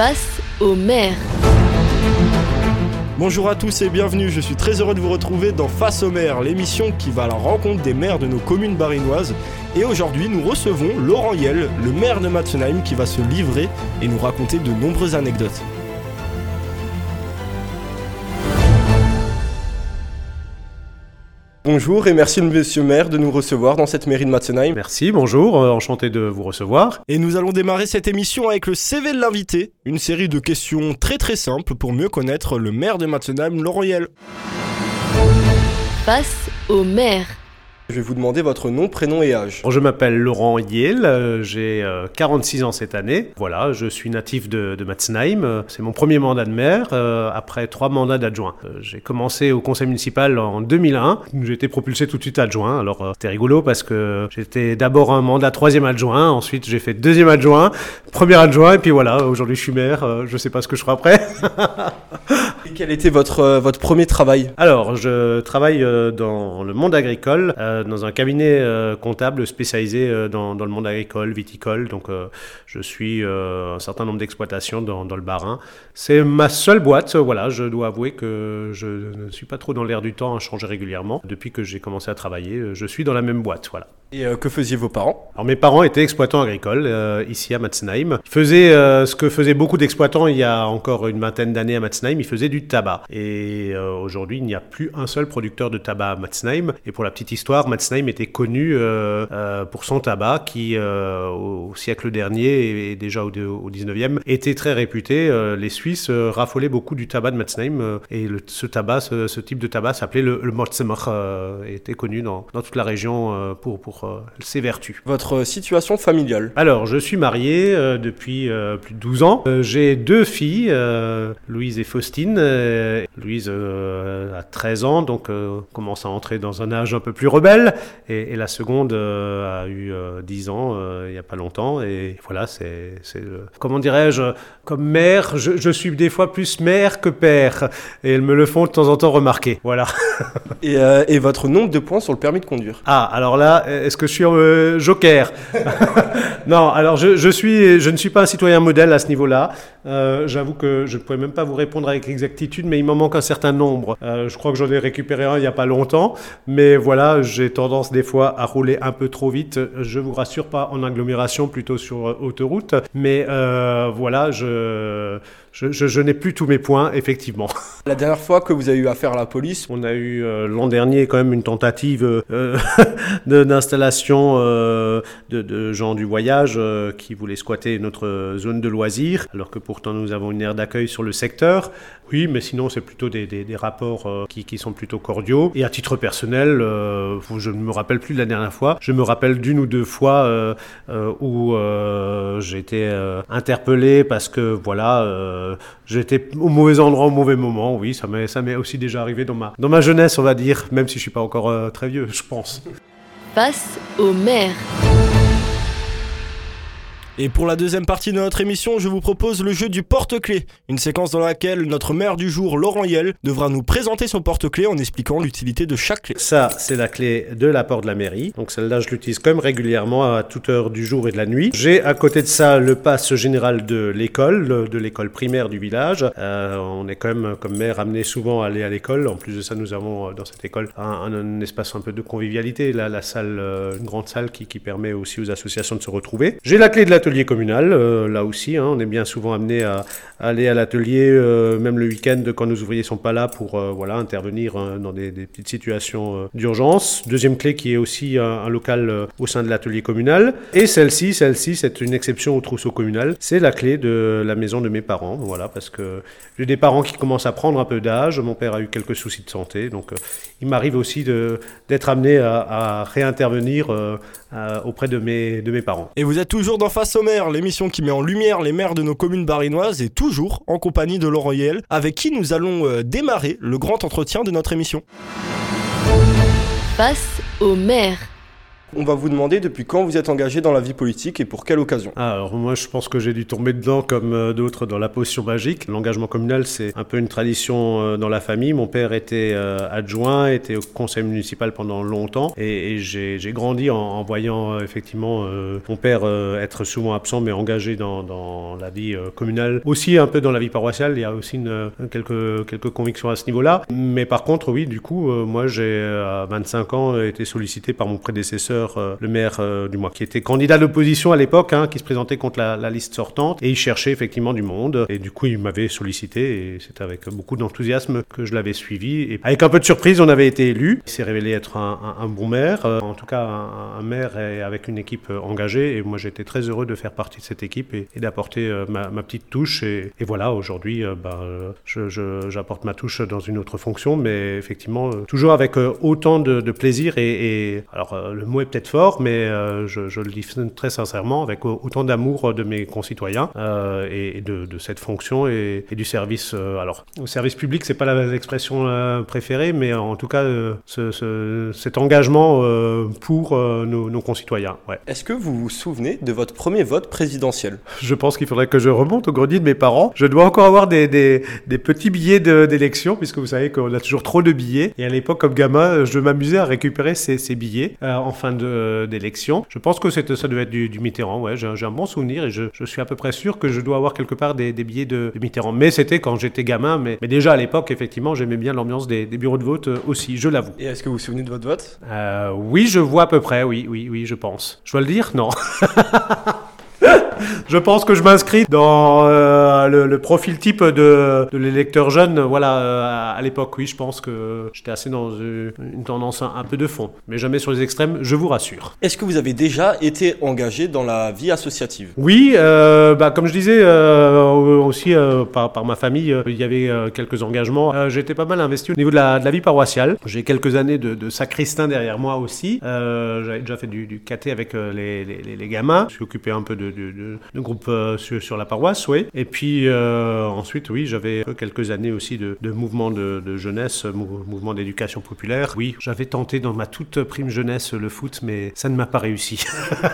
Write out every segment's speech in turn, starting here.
Face au maire. Bonjour à tous et bienvenue, je suis très heureux de vous retrouver dans Face au maire, l'émission qui va à la rencontre des maires de nos communes barinoises. Et aujourd'hui, nous recevons Laurent Yel, le maire de Matzenheim, qui va se livrer et nous raconter de nombreuses anecdotes. Bonjour et merci monsieur le maire de nous recevoir dans cette mairie de Matzenheim. Merci, bonjour, enchanté de vous recevoir. Et nous allons démarrer cette émission avec le CV de l'invité, une série de questions très simples pour mieux connaître le maire de Matzenheim, Laurent Yel. Face au maire. Je vais vous demander votre nom, prénom et âge. Je m'appelle Laurent Yel, j'ai 46 ans cette année. Voilà, je suis natif de Matzenheim. C'est mon premier mandat de maire, après 3 mandats d'adjoint. J'ai commencé au conseil municipal en 2001. J'ai été propulsé tout de suite adjoint. Alors c'était rigolo parce que j'étais d'abord un mandat 3e adjoint, ensuite j'ai fait 2e adjoint, 1er adjoint, et puis voilà, aujourd'hui je suis maire, je sais pas ce que je ferai après. Et quel était votre premier travail ? Alors, je travaille dans le monde agricole, dans un cabinet comptable spécialisé dans le monde agricole, viticole. Donc, je suis un certain nombre d'exploitations dans le Bas-Rhin. C'est ma seule boîte. Voilà, je dois avouer que je ne suis pas trop dans l'air du temps à changer régulièrement. Depuis que j'ai commencé à travailler, je suis dans la même boîte. Voilà. Et que faisiez vos parents ? Alors, mes parents étaient exploitants agricoles ici à Matzenheim. Ils faisaient ce que faisaient beaucoup d'exploitants il y a encore une vingtaine d'années à Matzenheim. Ils faisaient du tabac. Et aujourd'hui, il n'y a plus un seul producteur de tabac à Matzenheim. Et pour la petite histoire, Matzenheim était connu pour son tabac qui, au siècle dernier et déjà au 19e, était très réputé. Les Suisses raffolaient beaucoup du tabac de Matzenheim. Et ce type de tabac s'appelait le Motzemer. Était connu dans toute la région pour ses vertus. Votre situation familiale ? Alors, je suis marié depuis plus de 12 ans. J'ai 2 filles, Louise et Faustine. Louise a 13 ans, donc commence à entrer dans un âge un peu plus rebelle. Et la seconde a eu 10 ans il n'y a pas longtemps. Et voilà, c'est comment dirais-je, comme mère, je suis des fois plus mère que père. Et elles me le font de temps en temps remarquer. Voilà. Et votre nombre de points sur le permis de conduire ? Ah, alors là, est-ce que je suis joker ? Non, alors je ne suis pas un citoyen modèle à ce niveau-là. J'avoue que je ne pourrais même pas vous répondre avec exactitude, mais il m'en manque un certain nombre. Je crois que j'en ai récupéré un il n'y a pas longtemps, mais voilà, j'ai tendance des fois à rouler un peu trop vite. Je vous rassure, pas en agglomération, plutôt sur autoroute, mais voilà, je n'ai plus tous mes points, effectivement. La dernière fois que vous avez eu affaire à la police, on a eu l'an dernier quand même une tentative d'installation de gens du voyage qui voulaient squatter notre zone de loisirs, alors que pourtant nous avons une aire d'accueil sur le secteur. Oui, mais sinon c'est plutôt des rapports qui sont plutôt cordiaux. Et à titre personnel, je ne me rappelle plus de la dernière fois. Je me rappelle d'une ou 2 fois où j'ai été interpellé parce que voilà, j'étais au mauvais endroit au mauvais moment. Oui, ça m'est aussi déjà arrivé dans ma jeunesse, on va dire, même si je suis pas encore très vieux, je pense. Face au maire. Et pour la deuxième partie de notre émission, je vous propose le jeu du porte-clés, une séquence dans laquelle notre maire du jour, Laurent Yel, devra nous présenter son porte-clés en expliquant l'utilité de chaque clé. Ça, c'est la clé de la porte de la mairie. Donc celle-là, je l'utilise quand même régulièrement à toute heure du jour et de la nuit. J'ai à côté de ça le pass général de l'école primaire du village. On est quand même, comme maire, amené souvent à aller à l'école. En plus de ça, nous avons dans cette école un espace un peu de convivialité. La salle, une grande salle qui permet aussi aux associations de se retrouver. J'ai la clé de l'atelier communal, là aussi, on est bien souvent amené à aller à l'atelier, même le week-end quand nos ouvriers sont pas là pour intervenir dans des petites situations d'urgence. Deuxième clé qui est aussi un local au sein de l'atelier communal. Et celle-ci, c'est une exception au trousseau communal. C'est la clé de la maison de mes parents, voilà, parce que j'ai des parents qui commencent à prendre un peu d'âge. Mon père a eu quelques soucis de santé, donc il m'arrive aussi d'être amené à réintervenir auprès de mes parents. Et vous êtes toujours dans Face au maire, l'émission qui met en lumière les maires de nos communes barinoises, et toujours en compagnie de Laurent Yel, avec qui nous allons démarrer le grand entretien de notre émission. Face au maire. On va vous demander depuis quand vous êtes engagé dans la vie politique et pour quelle occasion. Alors moi je pense que j'ai dû tomber dedans comme d'autres dans la potion magique. L'engagement communal c'est un peu une tradition dans la famille. Mon père était adjoint, était au conseil municipal pendant longtemps et j'ai grandi en voyant effectivement mon père être souvent absent mais engagé dans la vie communale. Aussi un peu dans la vie paroissiale, il y a aussi quelques convictions à ce niveau-là. Mais par contre oui, du coup moi j'ai à 25 ans été sollicité par mon prédécesseur, le maire du mois, qui était candidat d'opposition à l'époque, qui se présentait contre la liste sortante et il cherchait effectivement du monde et du coup il m'avait sollicité et c'était avec beaucoup d'enthousiasme que je l'avais suivi et avec un peu de surprise on avait été élu. Il s'est révélé être un bon maire, en tout cas un maire avec une équipe engagée et moi j'étais très heureux de faire partie de cette équipe et d'apporter ma petite touche et voilà aujourd'hui j'apporte ma touche dans une autre fonction mais effectivement toujours avec autant de plaisir et alors le mot est peut-être fort mais je le dis très sincèrement avec autant d'amour de mes concitoyens et de cette fonction et du service. Alors, au service public, c'est pas l'expression préférée, mais en tout cas, cet engagement pour nos concitoyens. Ouais. Est-ce que vous vous souvenez de votre premier vote présidentiel ? Je pense qu'il faudrait que je remonte au grenier de mes parents. Je dois encore avoir des petits billets d'élection, puisque vous savez qu'on a toujours trop de billets. Et à l'époque, comme gamin, je m'amusais à récupérer ces billets en fin d'élection. Je pense que ça devait être du Mitterrand. Ouais, j'ai un bon souvenir et je suis à peu près sûr que je dois avoir quelque part des billets de Mitterrand. Mais c'était quand j'étais gamin. Mais déjà à l'époque, effectivement, j'aimais bien l'ambiance des bureaux de vote aussi, je l'avoue. Et est-ce que vous vous souvenez de votre vote ? Oui, je vois à peu près. Oui, je pense. Je dois le dire ? Non. Je pense que je m'inscris dans le profil type de l'électeur jeune. Voilà, à l'époque, oui, je pense que j'étais assez dans une tendance un peu de fond, mais jamais sur les extrêmes, je vous rassure. Est-ce que vous avez déjà été engagé dans la vie associative ? Oui, comme je disais, aussi par ma famille, il y avait quelques engagements. J'étais pas mal investi au niveau de la vie paroissiale. J'ai quelques années de sacristain derrière moi aussi. J'avais déjà fait du caté avec les gamins. Je suis occupé un peu de groupe sur la paroisse, oui. Et puis ensuite, oui, j'avais quelques années aussi de mouvement de jeunesse, mouvement d'éducation populaire. Oui, j'avais tenté dans ma toute prime jeunesse le foot, mais ça ne m'a pas réussi.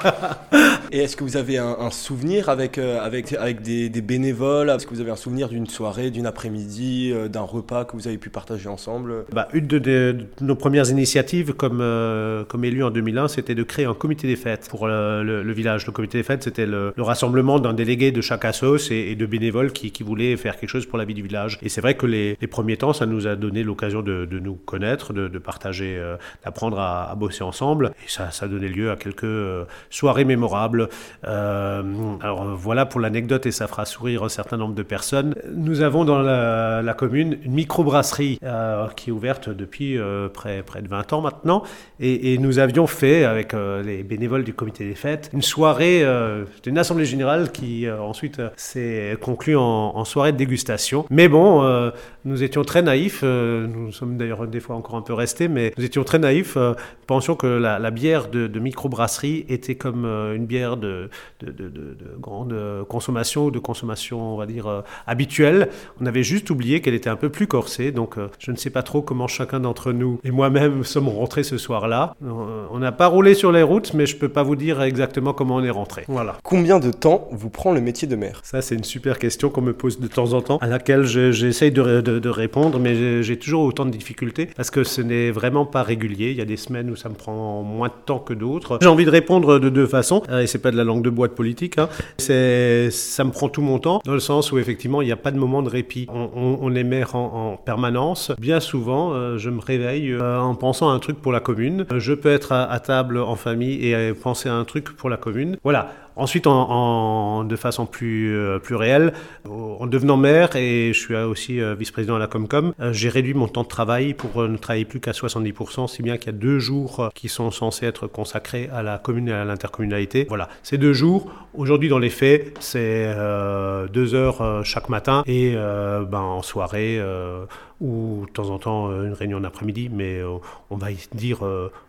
Et est-ce que vous avez un souvenir avec des bénévoles ? Est-ce que vous avez un souvenir d'une soirée, d'une après-midi, d'un repas que vous avez pu partager ensemble ? Une de nos premières initiatives comme élu en 2001, c'était de créer un comité des fêtes pour le village. Le comité des fêtes, c'était le rassemblement d'un délégué de chaque assos et de bénévoles qui voulaient faire quelque chose pour la vie du village. Et c'est vrai que les premiers temps, ça nous a donné l'occasion de nous connaître, de partager, d'apprendre à bosser ensemble. Et ça a donné lieu à quelques soirées mémorables. Alors voilà pour l'anecdote et ça fera sourire un certain nombre de personnes. Nous avons dans la commune une microbrasserie qui est ouverte depuis près de 20 ans maintenant. Et nous avions fait avec les bénévoles du comité des fêtes une soirée, c'était une assemblée générale qui ensuite s'est conclue en soirée de dégustation. Mais bon, nous étions très naïfs, nous sommes d'ailleurs des fois encore un peu restés, mais nous étions très naïfs, pensions que la bière de microbrasserie était comme une bière de grande consommation ou de consommation, on va dire, habituelle. On avait juste oublié qu'elle était un peu plus corsée, donc je ne sais pas trop comment chacun d'entre nous et moi-même sommes rentrés ce soir-là. On n'a pas roulé sur les routes, mais je ne peux pas vous dire exactement comment on est rentré. Voilà. Combien de temps vous prend le métier de maire ? Ça, c'est une super question qu'on me pose de temps en temps, à laquelle j'essaye de répondre, mais j'ai toujours autant de difficultés, parce que ce n'est vraiment pas régulier. Il y a des semaines où ça me prend moins de temps que d'autres. J'ai envie de répondre de deux façons, et c'est pas de la langue de bois de politique, ça me prend tout mon temps, dans le sens où effectivement, il n'y a pas de moment de répit. On est maire en permanence. Bien souvent, je me réveille en pensant à un truc pour la commune. Je peux être à table en famille et penser à un truc pour la commune. Voilà. Ensuite, de façon plus réelle, en devenant maire, et je suis aussi vice-président à la Comcom, j'ai réduit mon temps de travail pour ne travailler plus qu'à 70%, si bien qu'il y a 2 jours qui sont censés être consacrés à la commune et à l'intercommunalité. Voilà, ces 2 jours, aujourd'hui dans les faits, c'est 2 heures chaque matin, et en soirée, ou de temps en temps une réunion d'après-midi, mais on va dire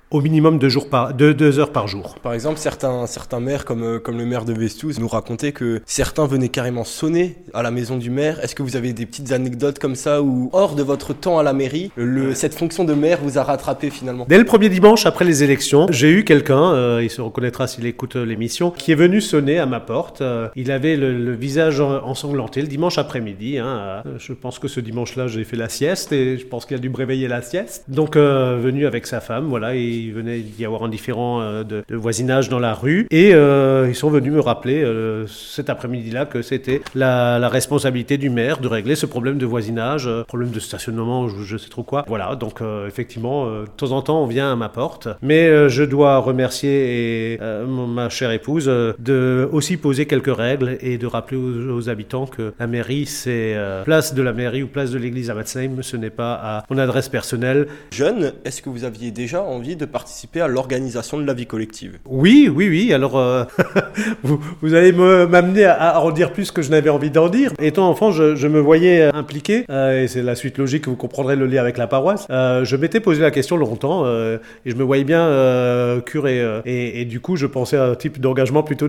au minimum 2 heures par jour. Par exemple, certains maires, comme le maire de Vestouze, nous racontaient que certains venaient carrément sonner à la maison du maire. Est-ce que vous avez des petites anecdotes comme ça où, hors de votre temps à la mairie, cette fonction de maire vous a rattrapé finalement? Dès le premier dimanche après les élections, j'ai eu quelqu'un, il se reconnaîtra s'il écoute l'émission, qui est venu sonner à ma porte. Il avait le visage ensanglanté le dimanche après-midi. Je pense que ce dimanche-là, j'ai fait la sieste et je pense qu'il a dû me réveiller la sieste. Donc, venu avec sa femme, voilà, il venait d'y avoir un différend de voisinage dans la rue et ils sont venus me rappeler cet après-midi-là que c'était la responsabilité du maire de régler ce problème de voisinage, problème de stationnement, je sais trop quoi. Voilà, donc effectivement, de temps en temps, on vient à ma porte. Mais je dois remercier ma chère épouse de aussi poser quelques règles et de rappeler aux habitants que la mairie, c'est place de la mairie ou place de l'église à Matzheim, ce n'est pas à mon adresse personnelle. Jeune, est-ce que vous aviez déjà envie de participer à l'organisation de la vie collective? Oui. Alors, vous allez m'amener à en dire plus que je n'avais envie d'en dire. Étant enfant, je me voyais impliqué, et c'est la suite logique, vous comprendrez le lien avec la paroisse. Je m'étais posé la question longtemps, et je me voyais bien curé. Et du coup, je pensais à un type d'engagement plutôt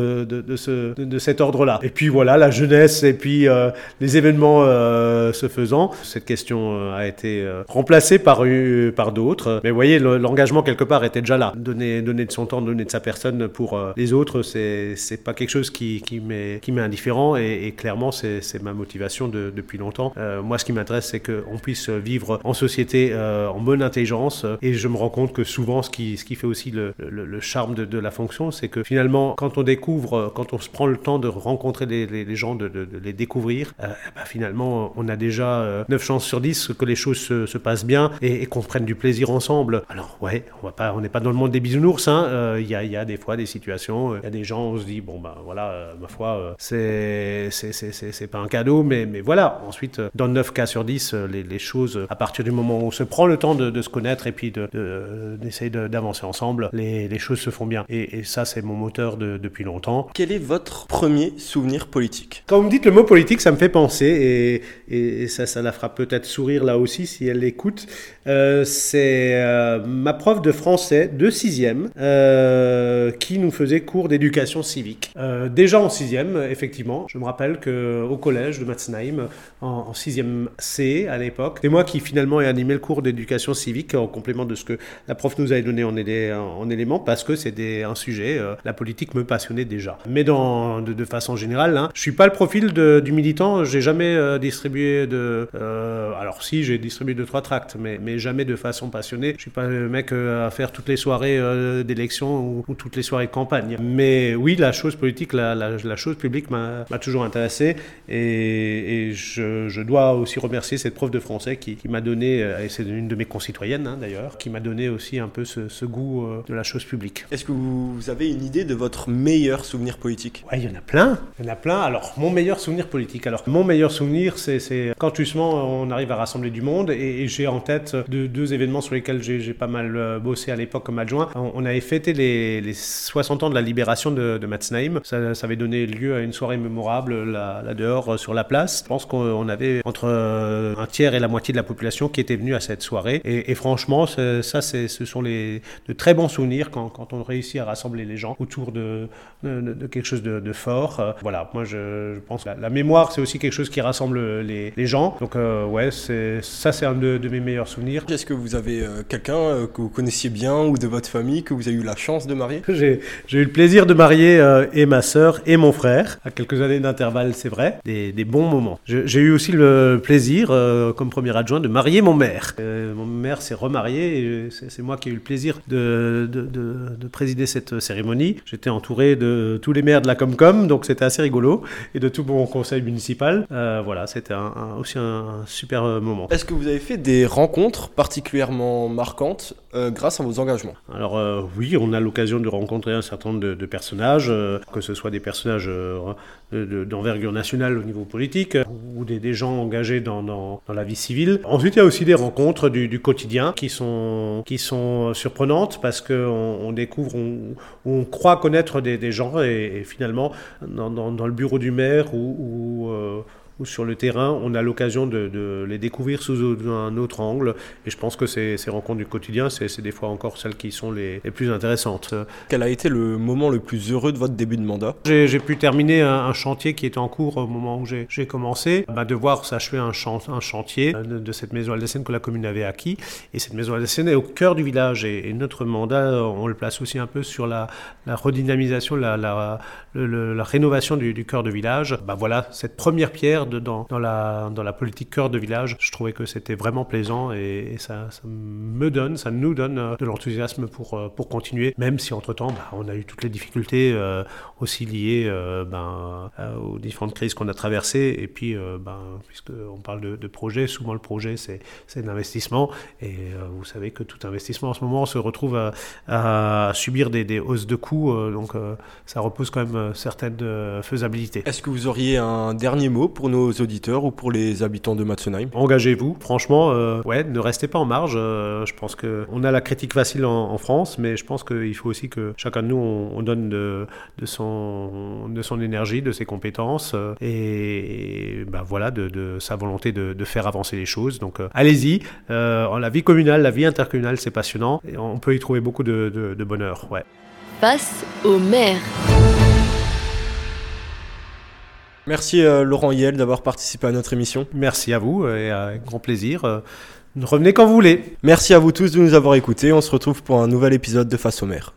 de cet ordre-là. Et puis voilà, la jeunesse et puis les événements se faisant, cette question a été remplacée par d'autres. Mais vous voyez, l'engagement quelque part était déjà là. Donner de son temps, donner de sa personne pour les autres, c'est pas quelque chose qui m'est indifférent et clairement c'est ma motivation depuis longtemps. Moi, ce qui m'intéresse, c'est qu'on puisse vivre en société en bonne intelligence et je me rends compte que souvent ce qui fait aussi le charme de la fonction, c'est que finalement quand on se prend le temps de rencontrer les gens, de les découvrir, finalement on a déjà 9 chances sur 10 que les choses se passent bien et qu'on prenne du plaisir ensemble. Alors ouais, on n'est pas dans le monde des bisounours, il y a des fois des situations, il y a des gens, on se dit ma foi, c'est pas un cadeau, mais voilà. Ensuite, dans 9 cas sur 10, les choses, à partir du moment où on se prend le temps de se connaître et puis d'essayer d'avancer ensemble, les choses se font bien. Et ça, c'est mon moteur depuis longtemps. Quel est votre premier souvenir politique? Quand vous me dites le mot politique, ça me fait penser, et ça la fera peut-être sourire là aussi si elle l'écoute. C'est ma prof de français de 6e qui nous faisait cours d'éducation civique. Déjà en 6e, effectivement, je me rappelle qu'au collège de Matzheim, en 6e C à l'époque, c'est moi qui finalement ai animé le cours d'éducation civique en complément de ce que la prof nous avait donné en éléments parce que c'était un sujet, la politique me passionnait déjà. Mais de façon générale, je suis pas le profil du militant, j'ai jamais distribué alors si, j'ai distribué 2-3 tracts, mais jamais de façon passionnée. Je suis pas le mec à faire toutes les soirées d'élection ou toutes les soirées de campagne. Mais oui, la chose politique, la chose publique m'a toujours intéressé et je dois aussi remercier cette prof de français qui m'a donné, et c'est une de mes concitoyennes d'ailleurs, qui m'a donné aussi un peu ce goût de la chose publique. Est-ce que vous avez une idée de votre meilleur souvenir politique? Ouais, il y en a plein. Alors, mon meilleur souvenir politique. Alors, mon meilleur souvenir, c'est quand justement on arrive à rassembler du monde et j'ai en tête deux événements sur lesquels j'ai pas mal bossé à l'époque comme adjoint. On avait fêté les 60 ans de la libération de Matzheim. Ça avait donné lieu à une soirée mémorable là dehors sur la place. Je pense qu'on avait entre un tiers et la moitié de la population qui était venue à cette soirée et franchement ce sont de très bons souvenirs quand on réussit à rassembler les gens autour de quelque chose de fort. Voilà, moi je pense que la mémoire c'est aussi quelque chose qui rassemble les gens. Donc ouais, c'est un de mes meilleurs souvenirs. Est-ce que vous avez quelqu'un que vous connaissiez bien ou de votre famille que vous avez eu la chance de marier? J'ai eu le plaisir de marier et ma sœur et mon frère, à quelques années d'intervalle, c'est vrai, des bons moments. J'ai eu aussi le plaisir, comme premier adjoint, de marier mon maire. Mon maire s'est remarié et c'est moi qui ai eu le plaisir de présider cette cérémonie. J'étais entouré de tous les maires de la Comcom, donc c'était assez rigolo, et de tout mon conseil municipal. Voilà, c'était aussi un super moment. Est-ce que vous avez fait des rencontres particulièrement marquantes grâce à vos engagements? Alors oui, on a l'occasion de rencontrer un certain nombre de personnages, que ce soit des personnages d'envergure nationale au niveau politique ou des gens engagés dans la vie civile. Ensuite, il y a aussi des rencontres du quotidien qui sont surprenantes parce qu'on découvre, on croit connaître des gens et finalement dans le bureau du maire ou sur le terrain, on a l'occasion de les découvrir sous un autre angle. Et je pense que ces rencontres du quotidien, c'est des fois encore celles qui sont les plus intéressantes. Quel a été le moment le plus heureux de votre début de mandat ? J'ai pu terminer un chantier qui était en cours au moment où j'ai commencé, de voir s'achever un chantier de cette maison alsacienne que la commune avait acquis. Et cette maison alsacienne est au cœur du village. Et notre mandat, on le place aussi un peu sur la redynamisation, la rénovation du cœur de village. Voilà, cette première pierre dans la politique cœur de village, je trouvais que c'était vraiment plaisant et ça nous donne de l'enthousiasme pour continuer, même si entre-temps, on a eu toutes les difficultés aussi liées aux différentes crises qu'on a traversées. Et puis, puisqu'on parle de projet, souvent le projet, c'est un investissement. Et vous savez que tout investissement en ce moment se retrouve à subir des hausses de coûts. Donc, ça repose quand même certaines faisabilités. Est-ce que vous auriez un dernier mot pour nos auditeurs ou pour les habitants de Matzenheim ? Engagez-vous. Franchement, ne restez pas en marge. Je pense qu'on a la critique facile en France, mais je pense qu'il faut aussi que chacun de nous, on donne de son énergie, de ses compétences et de sa volonté de faire avancer les choses. Donc, allez-y. La vie communale, la vie intercommunale, c'est passionnant et on peut y trouver beaucoup de bonheur. Ouais. Face au maire. Merci Laurent Yel d'avoir participé à notre émission. Merci à vous et avec grand plaisir. Revenez quand vous voulez. Merci à vous tous de nous avoir écoutés. On se retrouve pour un nouvel épisode de Face au maire.